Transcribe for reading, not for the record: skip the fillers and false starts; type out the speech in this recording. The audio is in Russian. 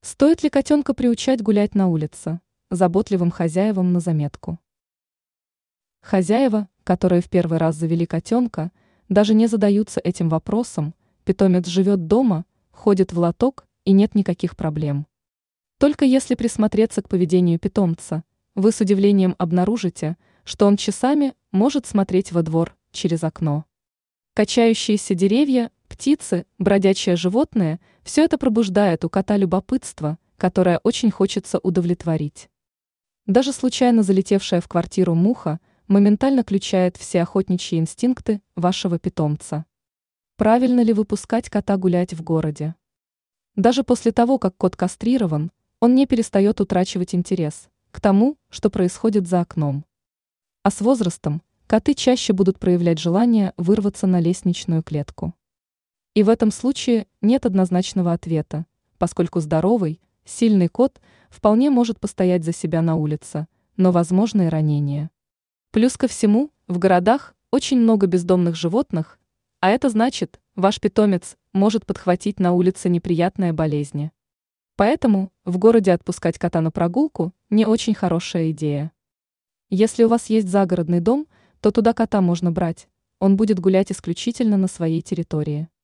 Стоит ли котенка приучать гулять на улице? Заботливым хозяевам на заметку. Хозяева, которые в первый раз завели котенка, даже не задаются этим вопросом, питомец живет дома, ходит в лоток и нет никаких проблем. Только если присмотреться к поведению питомца, вы с удивлением обнаружите, что он часами может смотреть во двор через окно. Качающиеся деревья, птицы, бродячие животные – все это пробуждает у кота любопытство, которое очень хочется удовлетворить. Даже случайно залетевшая в квартиру муха моментально включает все охотничьи инстинкты вашего питомца. Правильно ли выпускать кота гулять в городе? Даже после того, как кот кастрирован, он не перестает утрачивать интерес к тому, что происходит за окном. А с возрастом коты чаще будут проявлять желание вырваться на лестничную клетку. И в этом случае нет однозначного ответа, поскольку здоровый, сильный кот вполне может постоять за себя на улице, но возможны и ранения. Плюс ко всему, в городах очень много бездомных животных, а это значит, ваш питомец может подхватить на улице неприятные болезни. Поэтому в городе отпускать кота на прогулку не очень хорошая идея. Если у вас есть загородный дом, то туда кота можно брать, он будет гулять исключительно на своей территории.